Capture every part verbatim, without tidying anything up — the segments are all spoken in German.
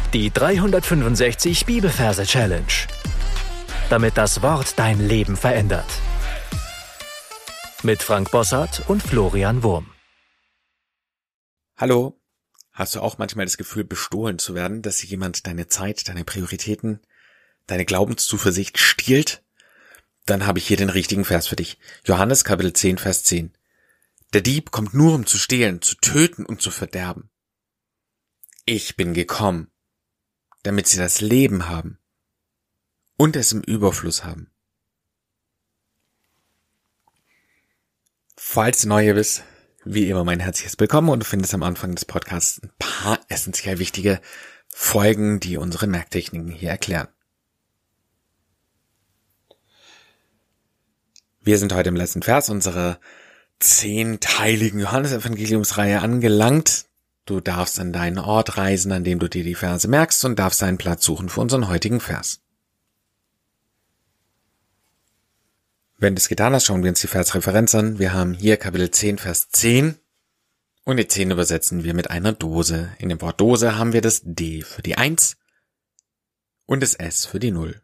Die dreihundertfünfundsechzig Bibelverse Challenge. Damit das Wort dein Leben verändert. Mit Frank Bossart und Florian Wurm. Hallo, hast du auch manchmal das Gefühl, bestohlen zu werden, dass sich jemand deine Zeit, deine Prioritäten, deine Glaubenszuversicht stiehlt? Dann habe ich hier den richtigen Vers für dich. Johannes Kapitel zehn, Vers zehn. Der Dieb kommt nur, um zu stehlen, zu töten und zu verderben. Ich bin gekommen, damit sie das Leben haben und es im Überfluss haben. Falls du neu hier bist, wie immer mein herzliches Willkommen, und du findest am Anfang des Podcasts ein paar essentiell wichtige Folgen, die unsere Merktechniken hier erklären. Wir sind heute im letzten Vers unserer zehnteiligen Johannes-Evangeliumsreihe angelangt. Du darfst an deinen Ort reisen, an dem du dir die Verse merkst, und darfst einen Platz suchen für unseren heutigen Vers. Wenn du es getan hast, schauen wir uns die Versreferenz an. Wir haben hier Kapitel zehn, Vers zehn, und die zehn übersetzen wir mit einer Dose. In dem Wort Dose haben wir das D für die eins und das S für die null.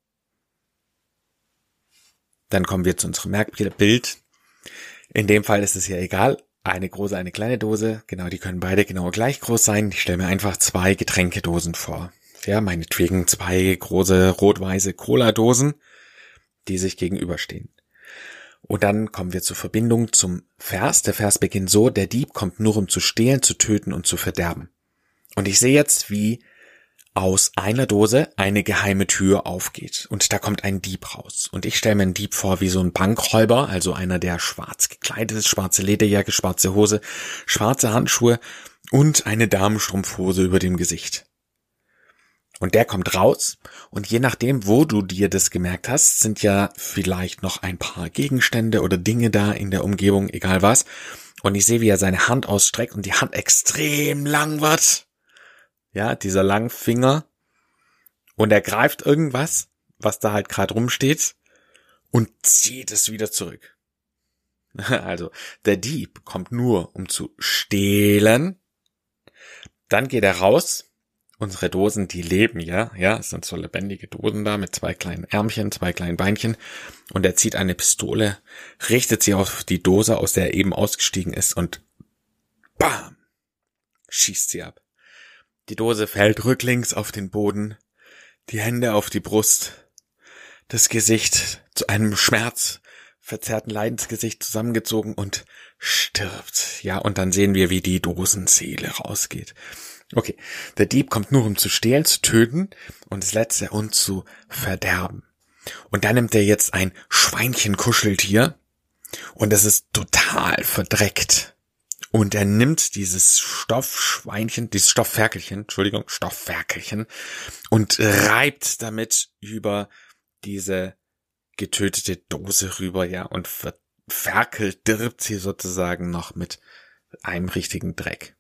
Dann kommen wir zu unserem Merkbild. In dem Fall ist es ja egal. Eine große, eine kleine Dose, genau, die können beide genau gleich groß sein. Ich stelle mir einfach zwei Getränkedosen vor. Ja, meinetwegen zwei große rot-weiße Cola-Dosen, die sich gegenüberstehen. Und dann kommen wir zur Verbindung zum Vers. Der Vers beginnt so: Der Dieb kommt nur, um zu stehlen, zu töten und zu verderben. Und ich sehe jetzt, wie aus einer Dose eine geheime Tür aufgeht. Und da kommt ein Dieb raus. Und ich stelle mir einen Dieb vor wie so ein Bankräuber, also einer, der schwarz gekleidet ist, schwarze Lederjacke, schwarze Hose, schwarze Handschuhe und eine Damenstrumpfhose über dem Gesicht. Und der kommt raus, und je nachdem, wo du dir das gemerkt hast, sind ja vielleicht noch ein paar Gegenstände oder Dinge da in der Umgebung, egal was. Und ich sehe, wie er seine Hand ausstreckt und die Hand extrem lang wird. Ja, dieser Langfinger, und er greift irgendwas, was da halt gerade rumsteht, und zieht es wieder zurück. Also, der Dieb kommt nur, um zu stehlen. Dann geht er raus. Unsere Dosen, die leben ja, ja, es sind so lebendige Dosen da mit zwei kleinen Ärmchen, zwei kleinen Beinchen, und er zieht eine Pistole, richtet sie auf die Dose, aus der er eben ausgestiegen ist, und bam, schießt sie ab. Die Dose fällt rücklings auf den Boden, die Hände auf die Brust, das Gesicht zu einem schmerzverzerrten Leidensgesicht zusammengezogen und stirbt. Ja, und dann sehen wir, wie die Dosenseele rausgeht. Okay, der Dieb kommt nur, um zu stehlen, zu töten und das Letzte, und zu verderben. Und dann nimmt er jetzt ein Schweinchen-Kuscheltier, und es ist total verdreckt. Und er nimmt dieses Stoffschweinchen, dieses Stoffferkelchen, Entschuldigung, Stoffferkelchen, und reibt damit über diese getötete Dose rüber, ja, und verferkelt, dirbt sie sozusagen noch mit einem richtigen Dreck.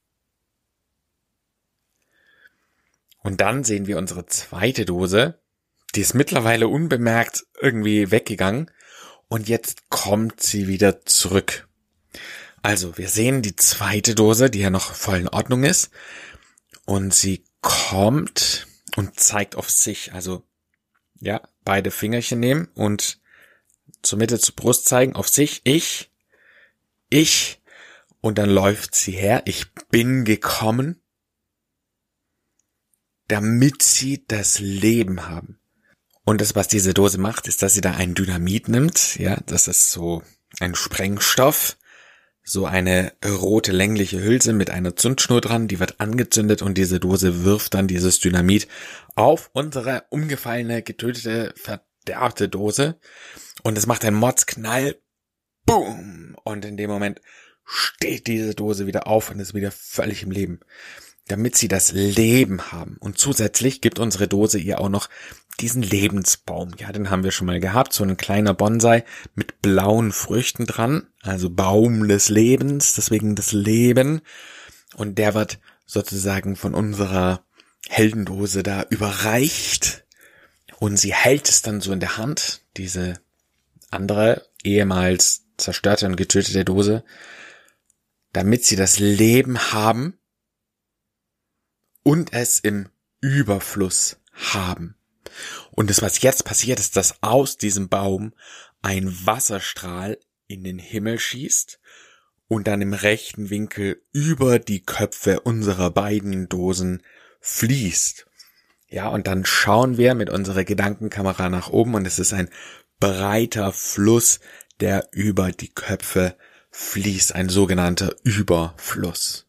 Und dann sehen wir unsere zweite Dose, die ist mittlerweile unbemerkt irgendwie weggegangen, und jetzt kommt sie wieder zurück. Also, wir sehen die zweite Dose, die ja noch voll in Ordnung ist, und sie kommt und zeigt auf sich, also, ja, beide Fingerchen nehmen und zur Mitte zur Brust zeigen, auf sich, ich, ich, und dann läuft sie her, ich bin gekommen, damit sie das Leben haben. Und das, was diese Dose macht, ist, dass sie da ein Dynamit nimmt, ja, das ist so ein Sprengstoff, so eine rote längliche Hülse mit einer Zündschnur dran, die wird angezündet, und diese Dose wirft dann dieses Dynamit auf unsere umgefallene, getötete, verderbte Dose, und es macht einen Mordsknall, boom, und in dem Moment steht diese Dose wieder auf und ist wieder völlig im Leben, damit sie das Leben haben. Und zusätzlich gibt unsere Dose ihr auch noch diesen Lebensbaum. Ja, den haben wir schon mal gehabt, so ein kleiner Bonsai mit blauen Früchten dran, also Baum des Lebens, deswegen das Leben. Und der wird sozusagen von unserer Heldendose da überreicht, und sie hält es dann so in der Hand, diese andere, ehemals zerstörte und getötete Dose, damit sie das Leben haben und es im Überfluss haben. Und das, was jetzt passiert, ist, dass aus diesem Baum ein Wasserstrahl in den Himmel schießt und dann im rechten Winkel über die Köpfe unserer beiden Dosen fließt. Ja, und dann schauen wir mit unserer Gedankenkamera nach oben und es ist ein breiter Fluss, der über die Köpfe fließt, ein sogenannter Überfluss.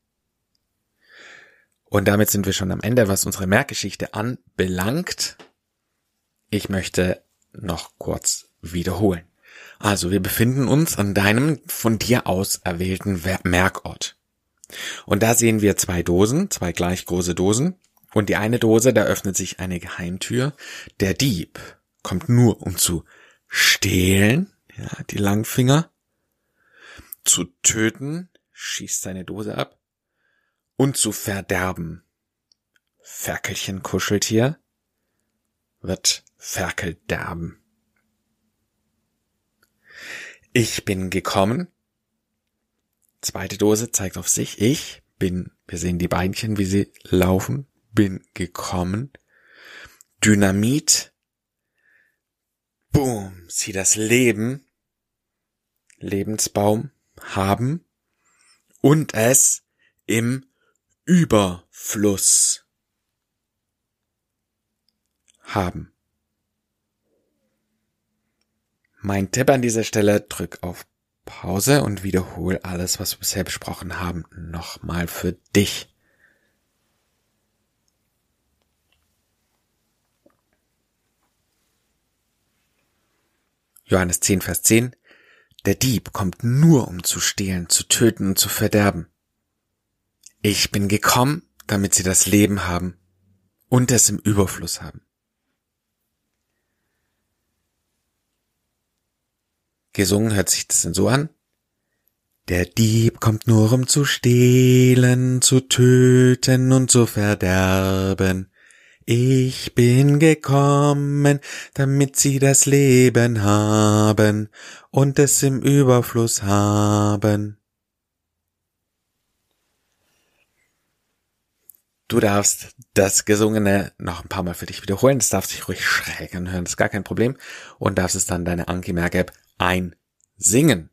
Und damit sind wir schon am Ende, was unsere Merkgeschichte anbelangt. Ich möchte noch kurz wiederholen. Also, wir befinden uns an deinem von dir aus erwählten Merkort. Und da sehen wir zwei Dosen, zwei gleich große Dosen. Und die eine Dose, da öffnet sich eine Geheimtür. Der Dieb kommt nur, um zu stehlen, ja, die Langfinger, zu töten, schießt seine Dose ab, und zu verderben. Ferkelchen Kuscheltier wird verkelderben. Ich bin gekommen. Zweite Dose zeigt auf sich. Ich bin, wir sehen die Beinchen, wie sie laufen, bin gekommen. Dynamit. Boom, sie das Leben, Lebensbaum haben und es im Überfluss haben. Mein Tipp an dieser Stelle, drück auf Pause und wiederhol alles, was wir bisher besprochen haben, nochmal für dich. Johannes zehn, Vers zehn. Der Dieb kommt nur, um zu stehlen, zu töten und zu verderben. Ich bin gekommen, damit sie das Leben haben und es im Überfluss haben. Gesungen hört sich das denn so an? Der Dieb kommt nur, um zu stehlen, zu töten und zu verderben. Ich bin gekommen, damit sie das Leben haben und es im Überfluss haben. Du darfst das Gesungene noch ein paar Mal für dich wiederholen. Das darfst dich ruhig schräg anhören, das ist gar kein Problem. Und darfst es dann deine Anki-Merk-App einsingen.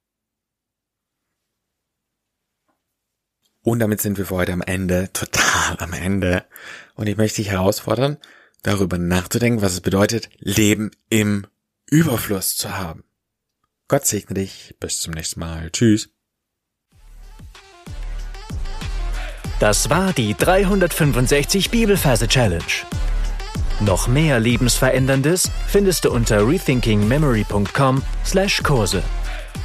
Und damit sind wir für heute am Ende, total am Ende. Und ich möchte dich herausfordern, darüber nachzudenken, was es bedeutet, Leben im Überfluss zu haben. Gott segne dich. Bis zum nächsten Mal. Tschüss. Das war die dreihundertfünfundsechzig Bibelverse Challenge. Noch mehr Lebensveränderndes findest du unter rethinkingmemory punkt com slash Kurse.